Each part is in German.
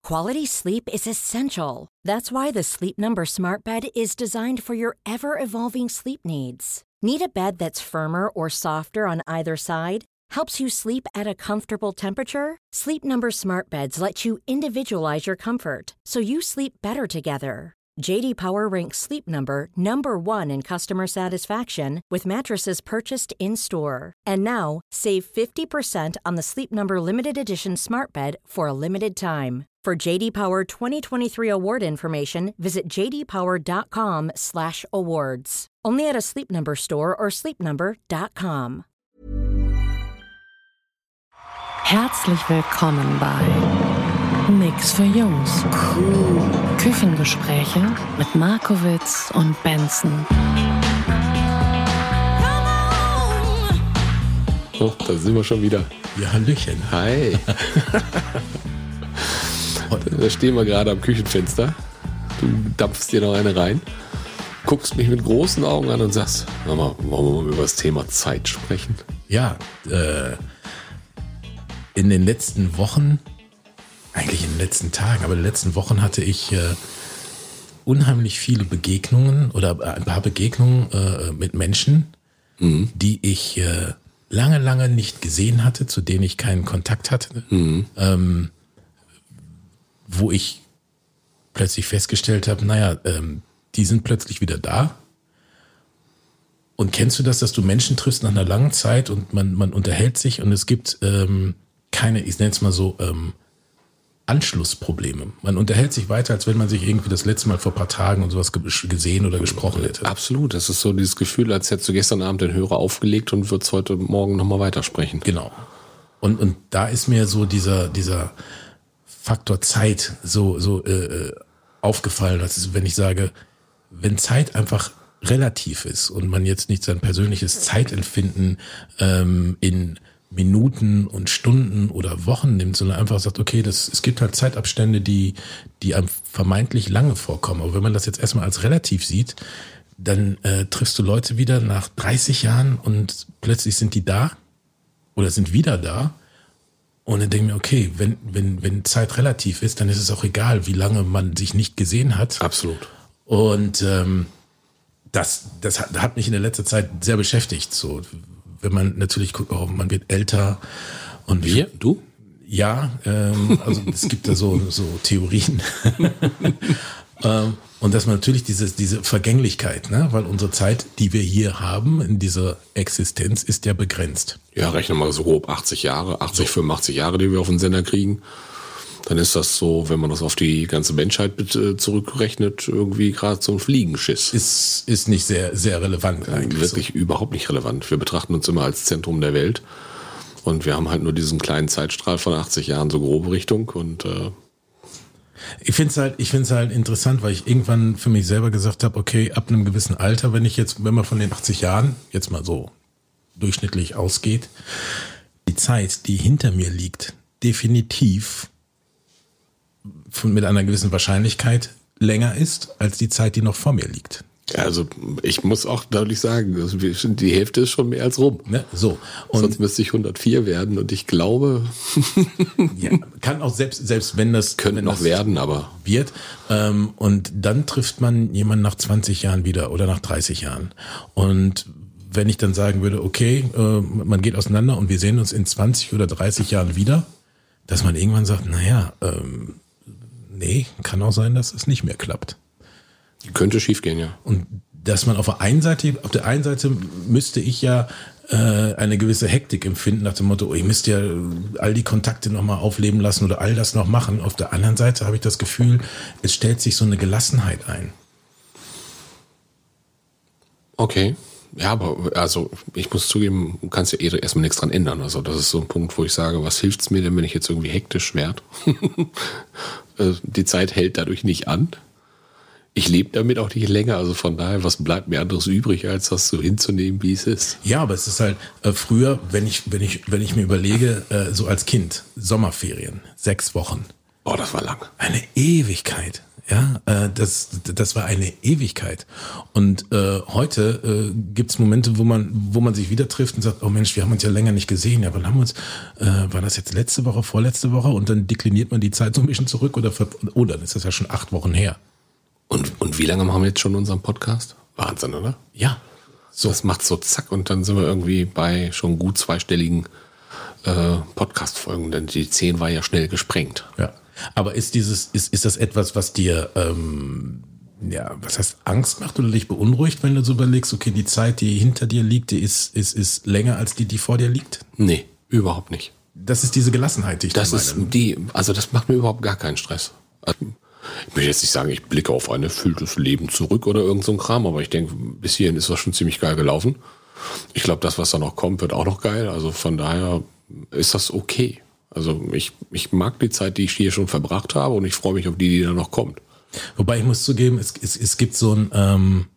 Quality sleep is essential. That's why the Sleep Number Smart Bed is designed for your ever-evolving sleep needs. Need a bed that's firmer or softer on either side? Helps you sleep at a comfortable temperature? Sleep Number Smart Beds let you individualize your comfort, so you sleep better together. J.D. Power ranks Sleep Number number 1 in customer satisfaction with mattresses purchased in-store. And now, save 50% on the Sleep Number Limited Edition Smart Bed for a limited time. For J.D. Power 2023 award information, visit jdpower.com/awards. Only at a Sleep Number store or sleepnumber.com. Herzlich willkommen bei Nix für Jungs. Küchengespräche mit Markowitz und Benson. Oh, da sind wir schon wieder. Ja, Hallöchen. Hi. Da stehen wir gerade am Küchenfenster. Du dampfst dir noch eine rein, guckst mich mit großen Augen an und sagst, wollen wir mal über das Thema Zeit sprechen? Ja, in den letzten Wochen, eigentlich in den letzten Tagen, aber in den letzten Wochen hatte ich unheimlich viele Begegnungen oder ein paar Begegnungen mit Menschen, die ich lange nicht gesehen hatte, zu denen ich keinen Kontakt hatte, wo ich plötzlich festgestellt habe, die sind plötzlich wieder da. Und kennst du das, dass du Menschen triffst nach einer langen Zeit und man unterhält sich und es gibt keine, ich nenne es mal so, Anschlussprobleme. Man unterhält sich weiter, als wenn man sich irgendwie das letzte Mal vor ein paar Tagen und sowas gesehen oder gesprochen hätte. Absolut, das ist so dieses Gefühl, als hättest du gestern Abend den Hörer aufgelegt und würdest heute Morgen nochmal weitersprechen. Genau. Und da ist mir so dieser Faktor Zeit so aufgefallen, dass wenn ich sage, wenn Zeit einfach relativ ist und man jetzt nicht sein persönliches Zeitempfinden in Minuten und Stunden oder Wochen nimmt, sondern einfach sagt, okay, es gibt halt Zeitabstände, die einem vermeintlich lange vorkommen. Aber wenn man das jetzt erstmal als relativ sieht, dann triffst du Leute wieder nach 30 Jahren und plötzlich sind die da oder sind wieder da. Und dann denke ich mir, okay, wenn Zeit relativ ist, dann ist es auch egal, wie lange man sich nicht gesehen hat. Absolut. Und das hat mich in der letzten Zeit sehr beschäftigt. So, wenn man natürlich guckt, oh, man wird älter. Und wir? Du? Ja, also es gibt da so Theorien. Und dass man natürlich diese Vergänglichkeit, ne, weil unsere Zeit, die wir hier haben in dieser Existenz, ist ja begrenzt. Ja, rechne mal so grob 80 Jahre, 85 Jahre, die wir auf den Sender kriegen. Dann ist das so, wenn man das auf die ganze Menschheit zurückrechnet, irgendwie gerade so ein Fliegenschiss. Ist nicht sehr, sehr relevant eigentlich. Wirklich so. Überhaupt nicht relevant. Wir betrachten uns immer als Zentrum der Welt. Und wir haben halt nur diesen kleinen Zeitstrahl von 80 Jahren, so grobe Richtung. Und ich find's halt interessant, weil ich irgendwann für mich selber gesagt habe, okay, ab einem gewissen Alter, wenn man von den 80 Jahren jetzt mal so durchschnittlich ausgeht, die Zeit, die hinter mir liegt, definitiv mit einer gewissen Wahrscheinlichkeit länger ist als die Zeit, die noch vor mir liegt. Also ich muss auch deutlich sagen, die Hälfte ist schon mehr als rum. Ne? So. Und sonst müsste ich 104 werden und ich glaube... ja, kann auch selbst wenn das... Könnte noch werden, aber... Wird. Und dann trifft man jemanden nach 20 Jahren wieder oder nach 30 Jahren. Und wenn ich dann sagen würde, okay, man geht auseinander und wir sehen uns in 20 oder 30 Jahren wieder, dass man irgendwann sagt, nee, kann auch sein, dass es nicht mehr klappt. Könnte schief gehen, ja. Und dass man auf der einen Seite müsste ich ja eine gewisse Hektik empfinden nach dem Motto, ich müsste ja all die Kontakte nochmal aufleben lassen oder all das noch machen. Auf der anderen Seite habe ich das Gefühl, es stellt sich so eine Gelassenheit ein. Okay. Ja, aber also ich muss zugeben, du kannst ja erstmal nichts dran ändern. Also das ist so ein Punkt, wo ich sage, was hilft's mir denn, wenn ich jetzt irgendwie hektisch werde? Die Zeit hält dadurch nicht an. Ich lebe damit auch nicht länger, also von daher, was bleibt mir anderes übrig, als das so hinzunehmen, wie es ist? Ja, aber es ist halt früher, wenn ich mir überlege, so als Kind, Sommerferien, 6 Wochen. Oh, das war lang. Eine Ewigkeit. Ja, das war eine Ewigkeit. Und heute gibt's Momente, wo man sich wieder trifft und sagt, oh Mensch, wir haben uns ja länger nicht gesehen. Ja, wann haben wir uns, war das jetzt letzte Woche, vorletzte Woche? Und dann dekliniert man die Zeit so ein bisschen zurück oder dann ist das ja schon 8 Wochen her. Und wie lange machen wir jetzt schon unseren Podcast? Wahnsinn, oder? Ja. So. Das macht so zack und dann sind wir irgendwie bei schon gut 2-stelligen Podcast-Folgen, denn die 10 war ja schnell gesprengt. Ja. Aber ist das etwas, was dir, was heißt Angst macht oder dich beunruhigt, wenn du so überlegst, okay, die Zeit, die hinter dir liegt, die ist länger als die vor dir liegt? Nee, überhaupt nicht. Das ist diese Gelassenheit, die ich das meine. Das macht mir überhaupt gar keinen Stress. Also, ich möchte jetzt nicht sagen, ich blicke auf ein erfülltes Leben zurück oder irgend so ein Kram, aber ich denke, bis hierhin ist das schon ziemlich geil gelaufen. Ich glaube, das, was da noch kommt, wird auch noch geil. Also von daher ist das okay. Also ich mag die Zeit, die ich hier schon verbracht habe und ich freue mich auf die da noch kommt. Wobei ich muss zugeben, es gibt so ein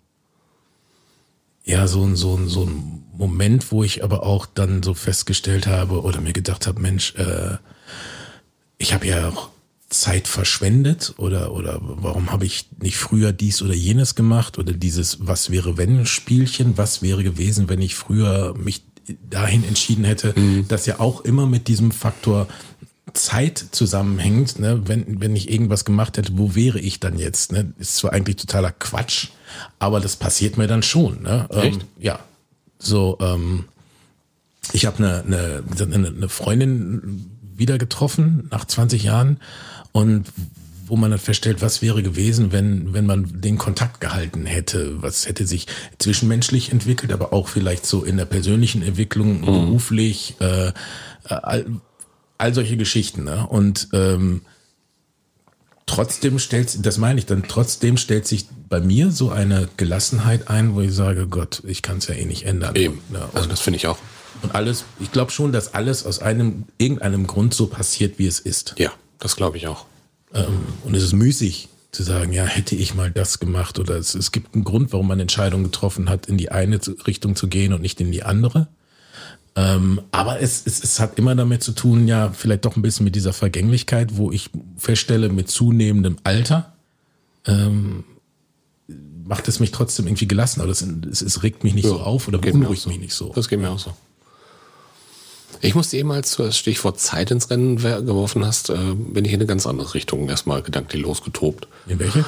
Moment, wo ich aber auch dann so festgestellt habe oder mir gedacht habe, Mensch, ich habe ja auch Zeit verschwendet oder warum habe ich nicht früher dies oder jenes gemacht oder dieses Was wäre wenn Spielchen, was wäre gewesen, wenn ich früher mich dahin entschieden hätte, das ja auch immer mit diesem Faktor Zeit zusammenhängt, ne? Wenn ich irgendwas gemacht hätte, wo wäre ich dann jetzt? Ne? Ist zwar eigentlich totaler Quatsch, aber das passiert mir dann schon. Ne? Ja, so. Ich habe eine Freundin wieder getroffen nach 20 Jahren und wo man dann feststellt, was wäre gewesen, wenn man den Kontakt gehalten hätte, was hätte sich zwischenmenschlich entwickelt, aber auch vielleicht so in der persönlichen Entwicklung, beruflich, all solche Geschichten. Ne? Und trotzdem stellt sich bei mir so eine Gelassenheit ein, wo ich sage, Gott, ich kann es ja eh nicht ändern. Eben, ne? Also das finde ich auch. Und alles, ich glaube schon, dass alles aus irgendeinem Grund so passiert, wie es ist. Ja, das glaube ich auch. Und es ist müßig zu sagen, ja, hätte ich mal das gemacht oder es gibt einen Grund, warum man Entscheidungen getroffen hat, in die eine Richtung zu gehen und nicht in die andere. Aber es hat immer damit zu tun, ja, vielleicht doch ein bisschen mit dieser Vergänglichkeit, wo ich feststelle, mit zunehmendem Alter macht es mich trotzdem irgendwie gelassen, aber es regt mich nicht so auf oder beunruhigt mich nicht so. Das geht mir auch so. Ich musste eben, als du das Stichwort Zeit ins Rennen geworfen hast, bin ich in eine ganz andere Richtung erstmal gedanklich losgetobt. In welche?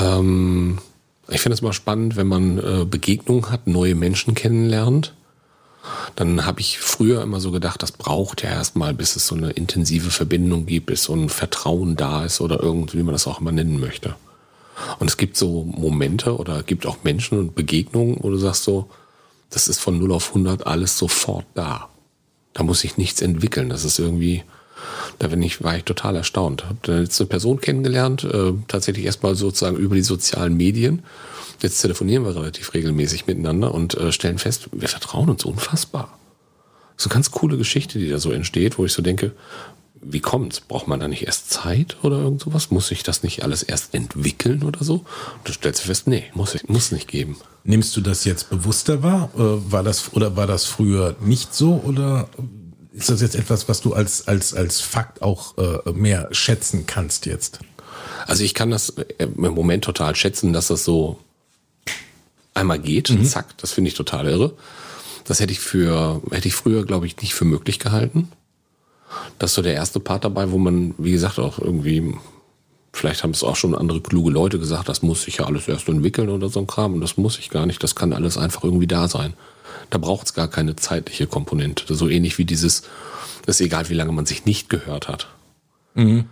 Ich finde es mal spannend, wenn man Begegnungen hat, neue Menschen kennenlernt. Dann habe ich früher immer so gedacht, das braucht ja erstmal, bis es so eine intensive Verbindung gibt, bis so ein Vertrauen da ist oder irgendwie, wie man das auch immer nennen möchte. Und es gibt so Momente oder gibt auch Menschen und Begegnungen, wo du sagst so, das ist von 0 auf 100 alles sofort da. Da muss sich nichts entwickeln. Das ist irgendwie, war ich total erstaunt. Habe dann jetzt eine Person kennengelernt, tatsächlich erstmal sozusagen über die sozialen Medien. Jetzt telefonieren wir relativ regelmäßig miteinander und stellen fest, wir vertrauen uns unfassbar. So eine ganz coole Geschichte, die da so entsteht, wo ich so denke, wie kommt's? Braucht man da nicht erst Zeit oder irgend sowas? Muss sich das nicht alles erst entwickeln oder so? Und du stellst fest, nee, muss nicht geben. Nimmst du das jetzt bewusster wahr? War das früher nicht so? Oder ist das jetzt etwas, was du als Fakt auch mehr schätzen kannst jetzt? Also ich kann das im Moment total schätzen, dass das so einmal geht. Zack, das finde ich total irre. Das hätte ich früher, glaube ich, nicht für möglich gehalten. Das ist so der erste Part dabei, wo man, wie gesagt, auch irgendwie, vielleicht haben es auch schon andere kluge Leute gesagt, das muss sich ja alles erst entwickeln oder so ein Kram. Und das muss ich gar nicht. Das kann alles einfach irgendwie da sein. Da braucht es gar keine zeitliche Komponente. So ähnlich wie das ist egal, wie lange man sich nicht gehört hat. Und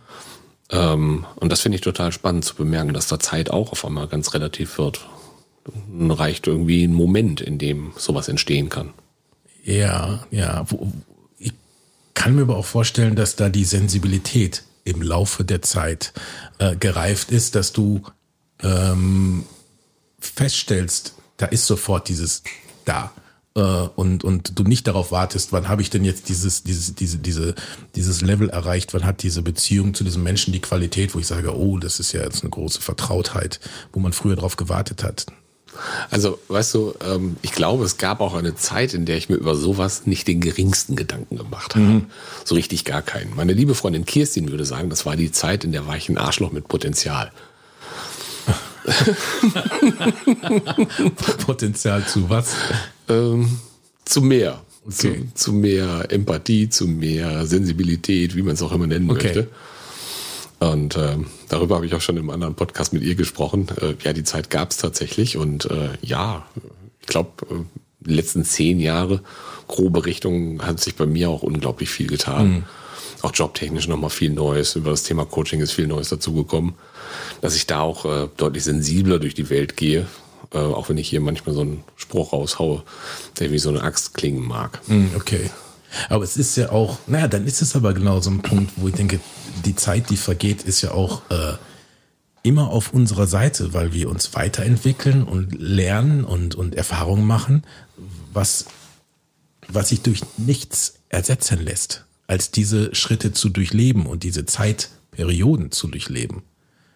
das finde ich total spannend zu bemerken, dass da Zeit auch auf einmal ganz relativ wird. Dann reicht irgendwie ein Moment, in dem sowas entstehen kann. Ja. Ich kann mir aber auch vorstellen, dass da die Sensibilität im Laufe der Zeit gereift ist, dass du feststellst, da ist sofort dieses da. Und du nicht darauf wartest, wann habe ich denn jetzt dieses Level erreicht, wann hat diese Beziehung zu diesem Menschen die Qualität, wo ich sage, oh, das ist ja jetzt eine große Vertrautheit, wo man früher drauf gewartet hat. Also, weißt du, ich glaube, es gab auch eine Zeit, in der ich mir über sowas nicht den geringsten Gedanken gemacht habe. So richtig gar keinen. Meine liebe Freundin Kirstin würde sagen, das war die Zeit, in der war ich ein Arschloch mit Potenzial. Potenzial zu was? Zu mehr. Okay. Zu mehr Empathie, zu mehr Sensibilität, wie man es auch immer nennen möchte. Und darüber habe ich auch schon im anderen Podcast mit ihr gesprochen. Ja, die Zeit gab es tatsächlich. Und ja, ich glaube, die letzten 10 Jahre, grobe Richtung, hat sich bei mir auch unglaublich viel getan. Auch jobtechnisch nochmal viel Neues. Über das Thema Coaching ist viel Neues dazugekommen. Dass ich da auch deutlich sensibler durch die Welt gehe. Auch wenn ich hier manchmal so einen Spruch raushaue, der wie so eine Axt klingen mag. Okay. Aber es ist ja auch, naja, dann ist es aber genau so ein Punkt, wo ich denke, die Zeit, die vergeht, ist ja auch immer auf unserer Seite, weil wir uns weiterentwickeln und lernen und Erfahrungen machen, was sich durch nichts ersetzen lässt, als diese Schritte zu durchleben und diese Zeitperioden zu durchleben.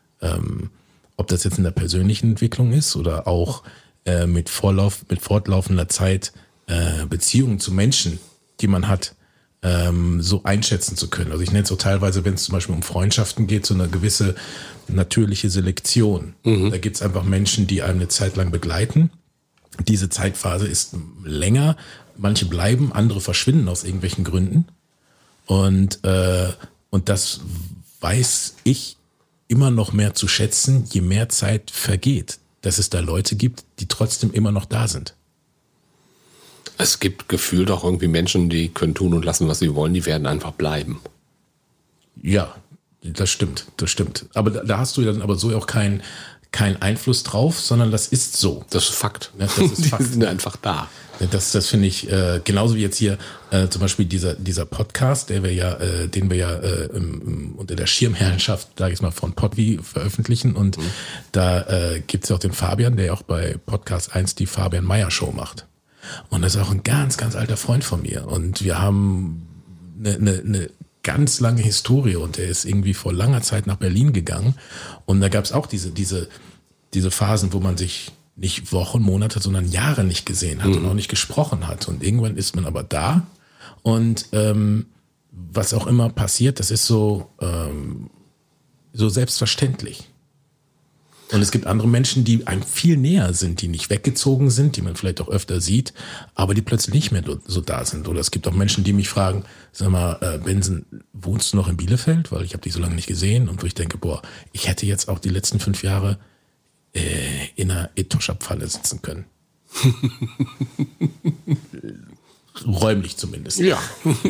Ob das jetzt in der persönlichen Entwicklung ist oder auch mit fortlaufender Zeit Beziehungen zu Menschen, die man hat, so einschätzen zu können. Also ich nenne es so teilweise, wenn es zum Beispiel um Freundschaften geht, so eine gewisse natürliche Selektion. Da gibt es einfach Menschen, die einem eine Zeit lang begleiten. Diese Zeitphase ist länger. Manche bleiben, andere verschwinden aus irgendwelchen Gründen. Und das weiß ich immer noch mehr zu schätzen, je mehr Zeit vergeht, dass es da Leute gibt, die trotzdem immer noch da sind. Es gibt gefühlt auch irgendwie Menschen, die können tun und lassen, was sie wollen, die werden einfach bleiben. Ja, das stimmt. Aber da hast du dann aber so auch keinen Einfluss drauf, sondern das ist so. Das ist Fakt. Ja, das ist Fakt. Die sind einfach da. Das finde ich genauso wie jetzt hier zum Beispiel dieser Podcast, den wir ja unter der Schirmherrschaft, sage ich mal, von Podvi veröffentlichen. Und da gibt's ja auch den Fabian, der ja auch bei Podcast 1 die Fabian Meyer Show macht. Und das ist auch ein ganz, ganz alter Freund von mir. Und wir haben eine ganz lange Historie und er ist irgendwie vor langer Zeit nach Berlin gegangen. Und da gab's auch diese Phasen, wo man sich nicht Wochen, Monate, sondern Jahre nicht gesehen hat und auch nicht gesprochen hat. Und irgendwann ist man aber da und was auch immer passiert, das ist so selbstverständlich. Und es gibt andere Menschen, die einem viel näher sind, die nicht weggezogen sind, die man vielleicht auch öfter sieht, aber die plötzlich nicht mehr so da sind. Oder es gibt auch Menschen, die mich fragen, sag mal, Benson, wohnst du noch in Bielefeld? Weil ich habe dich so lange nicht gesehen. Und wo ich denke, ich hätte jetzt auch die letzten 5 Jahre in einer Etosha-Pfanne sitzen können. Räumlich zumindest. Ja.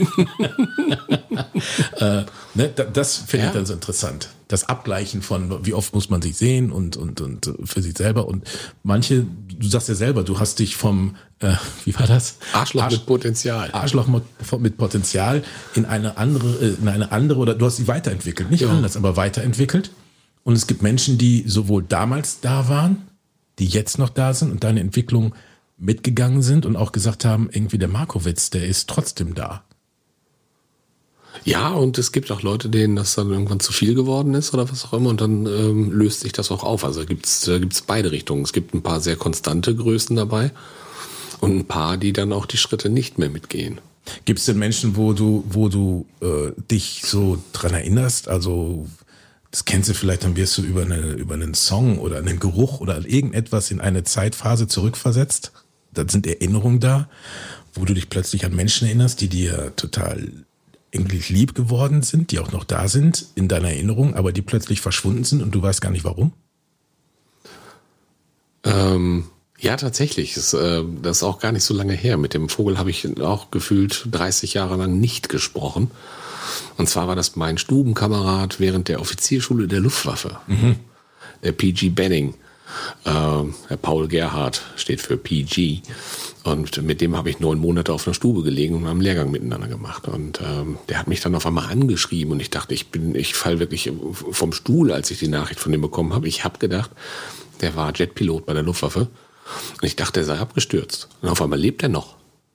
Das finde ich dann so interessant. Das Abgleichen von, wie oft muss man sich sehen und für sich selber. Und manche, du sagst ja selber, du hast dich vom, wie war das? Arschloch mit Potenzial. Arschloch mit Potenzial in eine andere, oder du hast dich weiterentwickelt. Nicht anders, aber weiterentwickelt. Und es gibt Menschen, die sowohl damals da waren, die jetzt noch da sind und deine Entwicklung mitgegangen sind und auch gesagt haben, irgendwie der Markowitz, der ist trotzdem da. Ja, und es gibt auch Leute, denen das dann irgendwann zu viel geworden ist oder was auch immer und dann löst sich das auch auf. Also gibt's beide Richtungen. Es gibt ein paar sehr konstante Größen dabei und ein paar, die dann auch die Schritte nicht mehr mitgehen. Gibt es denn Menschen, wo du dich so dran erinnerst, also das kennst du vielleicht, dann wirst du über einen Song oder einen Geruch oder irgendetwas in eine Zeitphase zurückversetzt. Da sind Erinnerungen da, wo du dich plötzlich an Menschen erinnerst, die dir total eigentlich lieb geworden sind, die auch noch da sind in deiner Erinnerung, aber die plötzlich verschwunden sind und du weißt gar nicht warum? Ja, tatsächlich. Das ist auch gar nicht so lange her. Mit dem Vogel habe ich auch gefühlt 30 Jahre lang nicht gesprochen. Und zwar war das mein Stubenkamerad während der Offizierschule der Luftwaffe, der PG Benning. Der Paul Gerhardt steht für PG. Und mit dem habe ich 9 Monate auf einer Stube gelegen und haben einen Lehrgang miteinander gemacht. Und der hat mich dann auf einmal angeschrieben und ich dachte, ich falle wirklich vom Stuhl, als ich die Nachricht von dem bekommen habe. Ich habe gedacht, der war Jetpilot bei der Luftwaffe. Und ich dachte, er sei abgestürzt. Und auf einmal lebt er noch.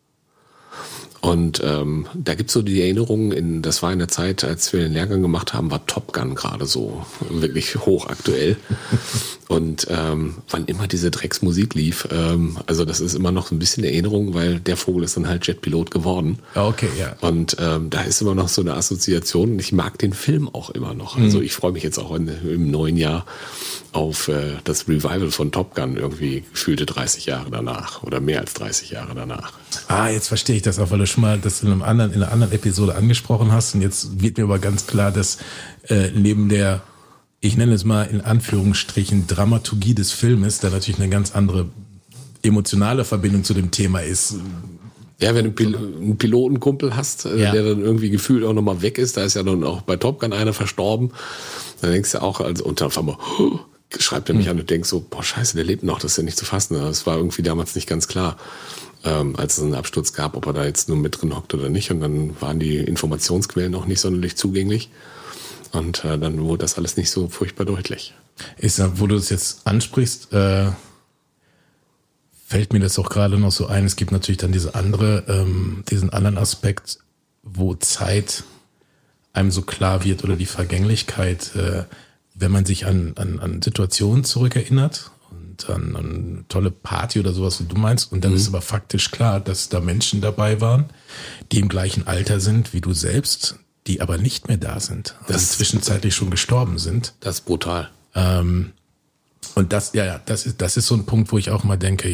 Und da gibt's so die Erinnerungen, das war in der Zeit, als wir den Lehrgang gemacht haben, war Top Gun gerade so wirklich hochaktuell. Und wann immer diese Drecksmusik lief, also das ist immer noch so ein bisschen Erinnerung, weil der Vogel ist dann halt Jetpilot geworden. Okay, ja. Und da ist immer noch so eine Assoziation. Ich mag den Film auch immer noch. Also ich freue mich jetzt auch im neuen Jahr auf das Revival von Top Gun irgendwie gefühlte 30 Jahre danach oder mehr als 30 Jahre danach. Jetzt verstehe ich das auch, weil du schon mal das in einer anderen Episode angesprochen hast. Und jetzt wird mir aber ganz klar, dass neben der, ich nenne es mal in Anführungsstrichen, Dramaturgie des Filmes, da natürlich eine ganz andere emotionale Verbindung zu dem Thema ist. Ja, wenn du einen Pilotenkumpel hast, der dann irgendwie gefühlt auch nochmal weg ist, da ist ja dann auch bei Top Gun einer verstorben, dann denkst du auch, also unter einmal schreibt er mich an und denkst so, boah scheiße, der lebt noch, das ist ja nicht zu fassen. Das war irgendwie damals nicht ganz klar, als es einen Absturz gab, ob er da jetzt nur mit drin hockt oder nicht. Und dann waren die Informationsquellen auch nicht sonderlich zugänglich. Und dann wurde das alles nicht so furchtbar deutlich. Wo du das jetzt ansprichst, fällt mir das auch gerade noch so ein. Es gibt natürlich dann diesen anderen Aspekt, wo Zeit einem so klar wird oder die Vergänglichkeit, wenn man sich an Situationen zurückerinnert und an eine tolle Party oder sowas, wie du meinst, und dann ist aber faktisch klar, dass da Menschen dabei waren, die im gleichen Alter sind wie du selbst, die aber nicht mehr da sind, die zwischenzeitlich schon gestorben sind. Das ist brutal. Und das ist so ein Punkt, wo ich auch mal denke,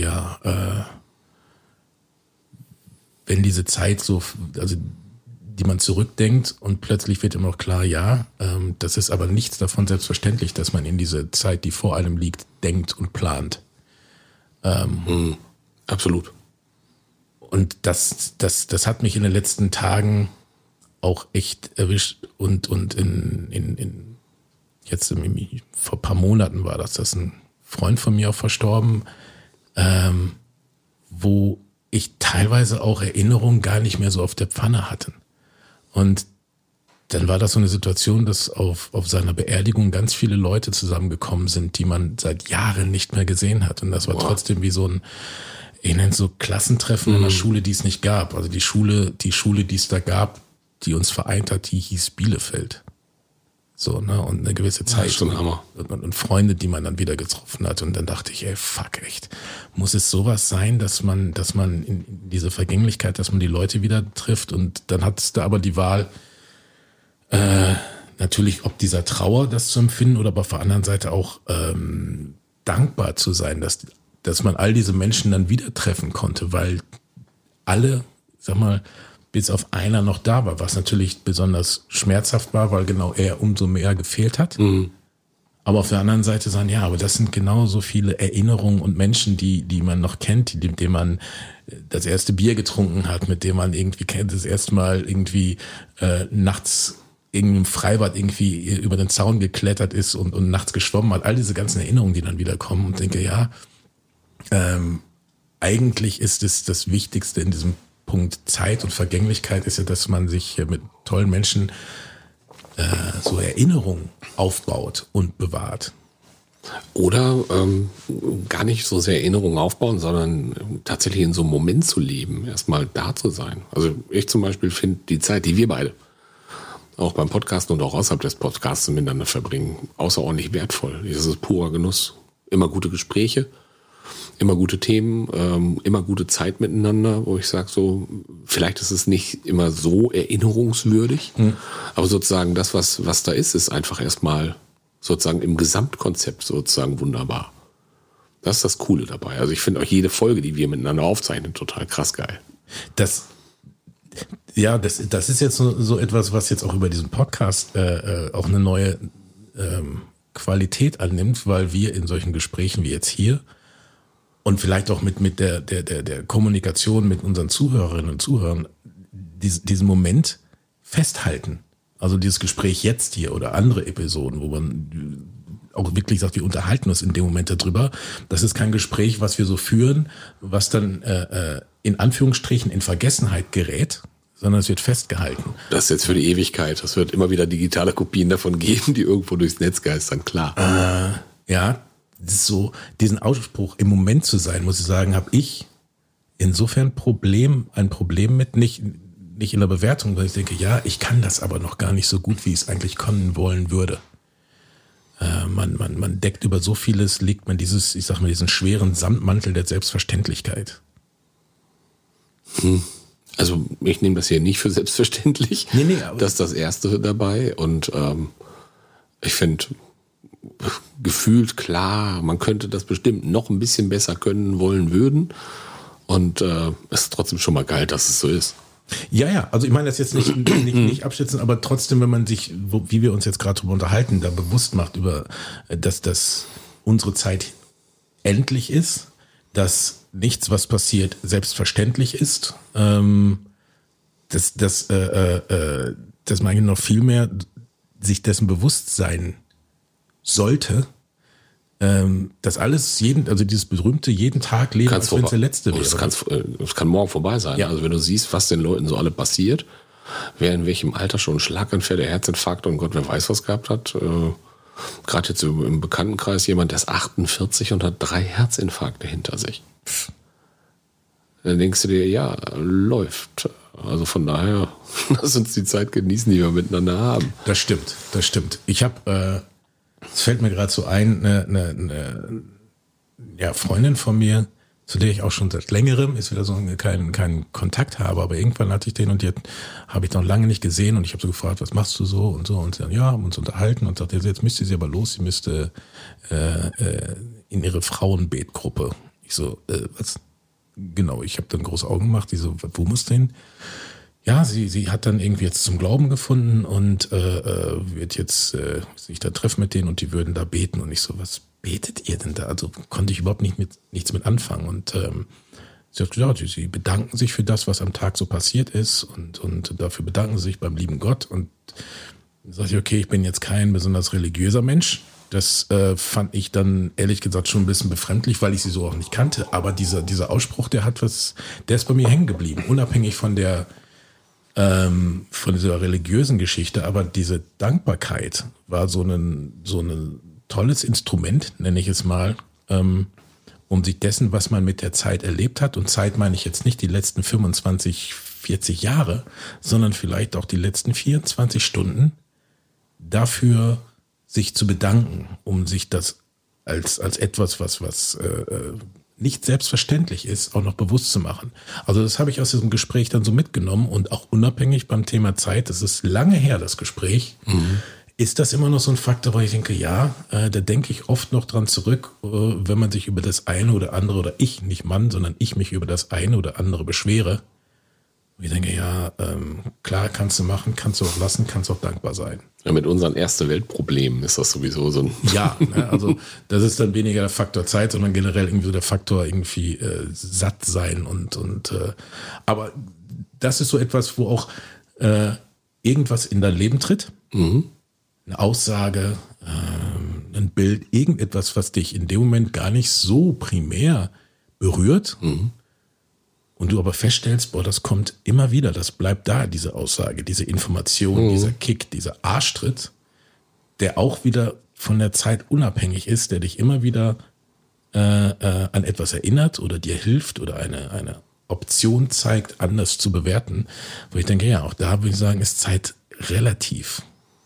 wenn diese Zeit so, also die man zurückdenkt und plötzlich wird immer noch klar, das ist aber nichts davon selbstverständlich, dass man in diese Zeit, die vor einem liegt, denkt und plant. Absolut. Und das hat mich in den letzten Tagen auch echt erwischt und jetzt vor ein paar Monaten war das ein Freund von mir auch verstorben, wo ich teilweise auch Erinnerungen gar nicht mehr so auf der Pfanne hatte. Und dann war das so eine Situation, dass auf seiner Beerdigung ganz viele Leute zusammengekommen sind, die man seit Jahren nicht mehr gesehen hat. Und das war trotzdem wie so ein, ich nenne es so Klassentreffen in einer Schule, die es nicht gab. Also die Schule, die es da gab, die uns vereint hat, die hieß Bielefeld. So, ne, und eine gewisse Zeit. Das ist schon Hammer. Und Freunde, die man dann wieder getroffen hat. Und dann dachte ich, fuck, echt. Muss es sowas sein, dass man in diese Vergänglichkeit, dass man die Leute wieder trifft? Und dann hat es da aber die Wahl, natürlich ob dieser Trauer das zu empfinden oder aber auf der anderen Seite auch dankbar zu sein, dass man all diese Menschen dann wieder treffen konnte, weil alle, sag mal, bis auf einer noch da war, was natürlich besonders schmerzhaft war, weil genau er umso mehr gefehlt hat. Aber auf der anderen Seite sagen, aber das sind genauso viele Erinnerungen und Menschen, die man noch kennt, mit denen man das erste Bier getrunken hat, mit dem man irgendwie kennt, das erste Mal irgendwie nachts irgendwie im Freibad irgendwie über den Zaun geklettert ist und nachts geschwommen hat. All diese ganzen Erinnerungen, die dann wieder kommen und denke, eigentlich ist es das Wichtigste in diesem Punkt Zeit und Vergänglichkeit ist ja, dass man sich mit tollen Menschen so Erinnerungen aufbaut und bewahrt. Oder gar nicht so sehr Erinnerungen aufbauen, sondern tatsächlich in so einem Moment zu leben, erstmal da zu sein. Also ich zum Beispiel finde die Zeit, die wir beide auch beim Podcasten und auch außerhalb des Podcasts miteinander verbringen, außerordentlich wertvoll. Das ist purer Genuss. Immer gute Gespräche, immer gute Themen, immer gute Zeit miteinander, wo ich sage so, vielleicht ist es nicht immer so erinnerungswürdig, aber sozusagen das, was da ist einfach erstmal sozusagen im Gesamtkonzept sozusagen wunderbar. Das ist das Coole dabei. Also ich finde auch jede Folge, die wir miteinander aufzeichnen, total krass geil. Das ist jetzt so etwas, was jetzt auch über diesen Podcast auch eine neue Qualität annimmt, weil wir in solchen Gesprächen wie jetzt hier und vielleicht auch mit der Kommunikation mit unseren Zuhörerinnen und Zuhörern diesen Moment festhalten. Also dieses Gespräch jetzt hier oder andere Episoden, wo man auch wirklich sagt, wir unterhalten uns in dem Moment darüber. Das ist kein Gespräch, was wir so führen, was dann in Anführungsstrichen in Vergessenheit gerät, sondern es wird festgehalten. Das ist jetzt für die Ewigkeit. Es wird immer wieder digitale Kopien davon geben, die irgendwo durchs Netz geistern, klar. Das ist so, diesen Ausspruch im Moment zu sein, muss ich sagen, habe ich insofern ein Problem mit, nicht in der Bewertung, weil ich denke, ich kann das aber noch gar nicht so gut, wie ich es eigentlich können wollen würde. Man deckt über so vieles, legt man diesen schweren Samtmantel der Selbstverständlichkeit. Also ich nehme das hier nicht für selbstverständlich. Nee, das ist das Erste dabei. Und ich finde, gefühlt klar, man könnte das bestimmt noch ein bisschen besser können, wollen, würden. Und es ist trotzdem schon mal geil, dass es so ist. Ja, also ich meine das jetzt nicht abschätzen, aber trotzdem, wenn man sich, wie wir uns jetzt gerade drüber unterhalten, da bewusst macht über, dass unsere Zeit endlich ist, dass nichts, was passiert, selbstverständlich ist, dass man noch viel mehr sich dessen bewusst sein sollte, dass alles also dieses berühmte jeden Tag leben, als wenn es der letzte wäre. Es kann morgen vorbei sein. Ja. Also wenn du siehst, was den Leuten so alle passiert, wer in welchem Alter schon einen Schlaganfall, der Herzinfarkt und Gott, wer weiß was gehabt hat. Gerade jetzt im Bekanntenkreis jemand, der ist 48 und hat 3 Herzinfarkte hinter sich. Dann denkst du dir, ja, läuft. Also von daher, lass uns die Zeit genießen, die wir miteinander haben. Das stimmt. Ich habe, es fällt mir gerade so ein, eine Freundin von mir, zu der ich auch schon seit längerem, ist wieder so keinen Kontakt habe, aber irgendwann hatte ich den und die habe ich noch lange nicht gesehen und ich habe so gefragt, was machst du so und so und sie dann, ja, haben uns unterhalten und sagte, jetzt müsste sie aber los, sie müsste in ihre Frauenbetgruppe. Ich so, was? Genau, ich habe dann große Augen gemacht, die so, wo muss denn? Ja, sie hat dann irgendwie jetzt zum Glauben gefunden und wird jetzt sich da treffen mit denen und die würden da beten. Und ich so, was betet ihr denn da? Also konnte ich überhaupt nichts mit anfangen. Und sie hat gesagt, sie bedanken sich für das, was am Tag so passiert ist und dafür bedanken sie sich beim lieben Gott. Und dann sage ich, okay, ich bin jetzt kein besonders religiöser Mensch. Das fand ich dann ehrlich gesagt schon ein bisschen befremdlich, weil ich sie so auch nicht kannte. Aber dieser Ausspruch, der ist bei mir hängen geblieben, unabhängig von dieser religiösen Geschichte, aber diese Dankbarkeit war so ein tolles Instrument, nenne ich es mal, um sich dessen, was man mit der Zeit erlebt hat, und Zeit meine ich jetzt nicht die letzten 25, 40 Jahre, sondern vielleicht auch die letzten 24 Stunden, dafür sich zu bedanken, um sich das als etwas, was nicht selbstverständlich ist, auch noch bewusst zu machen. Also das habe ich aus diesem Gespräch dann so mitgenommen und auch unabhängig beim Thema Zeit, das ist lange her, das Gespräch, ist das immer noch so ein Faktor, wo ich denke, ja, da denke ich oft noch dran zurück, wenn man sich über das eine oder andere, oder ich, nicht Mann, sondern ich mich über das eine oder andere beschwere. Und ich denke, ja, klar, kannst du machen, kannst du auch lassen, kannst auch dankbar sein. Ja, mit unseren Erste-Welt-Problemen ist das sowieso so ein... Ja, ne, also das ist dann weniger der Faktor Zeit, sondern generell irgendwie so der Faktor irgendwie satt sein und aber das ist so etwas, wo auch irgendwas in dein Leben tritt. Eine Aussage, ein Bild, irgendetwas, was dich in dem Moment gar nicht so primär berührt. Und du aber feststellst, boah, das kommt immer wieder, das bleibt da, diese Aussage, diese Information, dieser Kick, dieser Arschtritt, der auch wieder von der Zeit unabhängig ist, der dich immer wieder an etwas erinnert oder dir hilft oder eine Option zeigt, anders zu bewerten. Wo ich denke, ja, auch da würde ich sagen, ist Zeit relativ.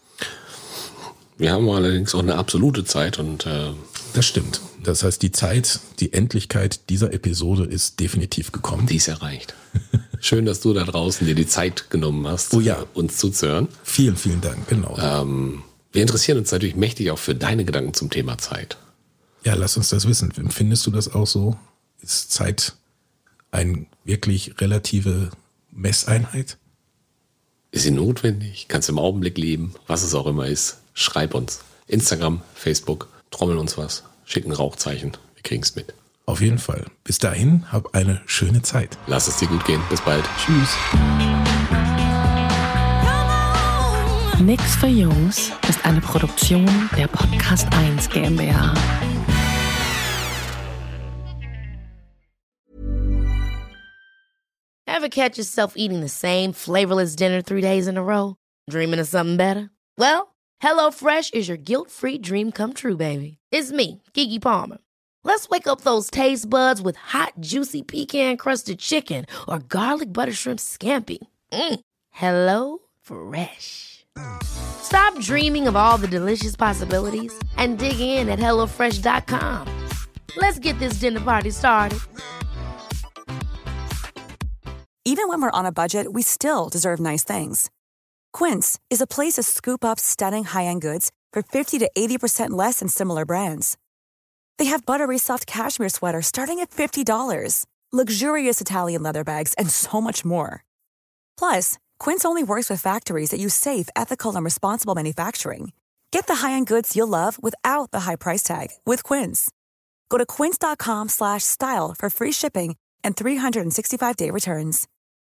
Wir haben allerdings auch eine absolute Zeit und das stimmt. Das heißt, die Zeit, die Endlichkeit dieser Episode ist definitiv gekommen. Die ist erreicht. Schön, dass du da draußen dir die Zeit genommen hast, uns zuzuhören. Vielen, vielen Dank, genau. Wir interessieren uns natürlich mächtig auch für deine Gedanken zum Thema Zeit. Ja, lass uns das wissen. Findest du das auch so? Ist Zeit eine wirklich relative Messeinheit? Ist sie notwendig? Kannst du im Augenblick leben? Was es auch immer ist. Schreib uns. Instagram, Facebook, trommeln uns was, schicken Rauchzeichen. Wir kriegen es mit. Auf jeden Fall. Bis dahin, hab eine schöne Zeit. Lass es dir gut gehen. Bis bald. Tschüss. Nix für Jungs ist eine Produktion der Podcast 1 GmbH. Ever catch yourself eating the same flavorless dinner 3 days in a row? Dreaming of something better? Well, HelloFresh is your guilt-free dream come true, baby. It's me, Keke Palmer. Let's wake up those taste buds with hot, juicy pecan-crusted chicken or garlic butter shrimp scampi. Hello Fresh. Stop dreaming of all the delicious possibilities and dig in at HelloFresh.com. Let's get this dinner party started. Even when we're on a budget, we still deserve nice things. Quince is a place to scoop up stunning high-end goods for 50 to 80% less than similar brands. They have buttery soft cashmere sweaters starting at $50, luxurious Italian leather bags, and so much more. Plus, Quince only works with factories that use safe, ethical, and responsible manufacturing. Get the high-end goods you'll love without the high price tag with Quince. Go to quince.com/style for free shipping and 365-day returns.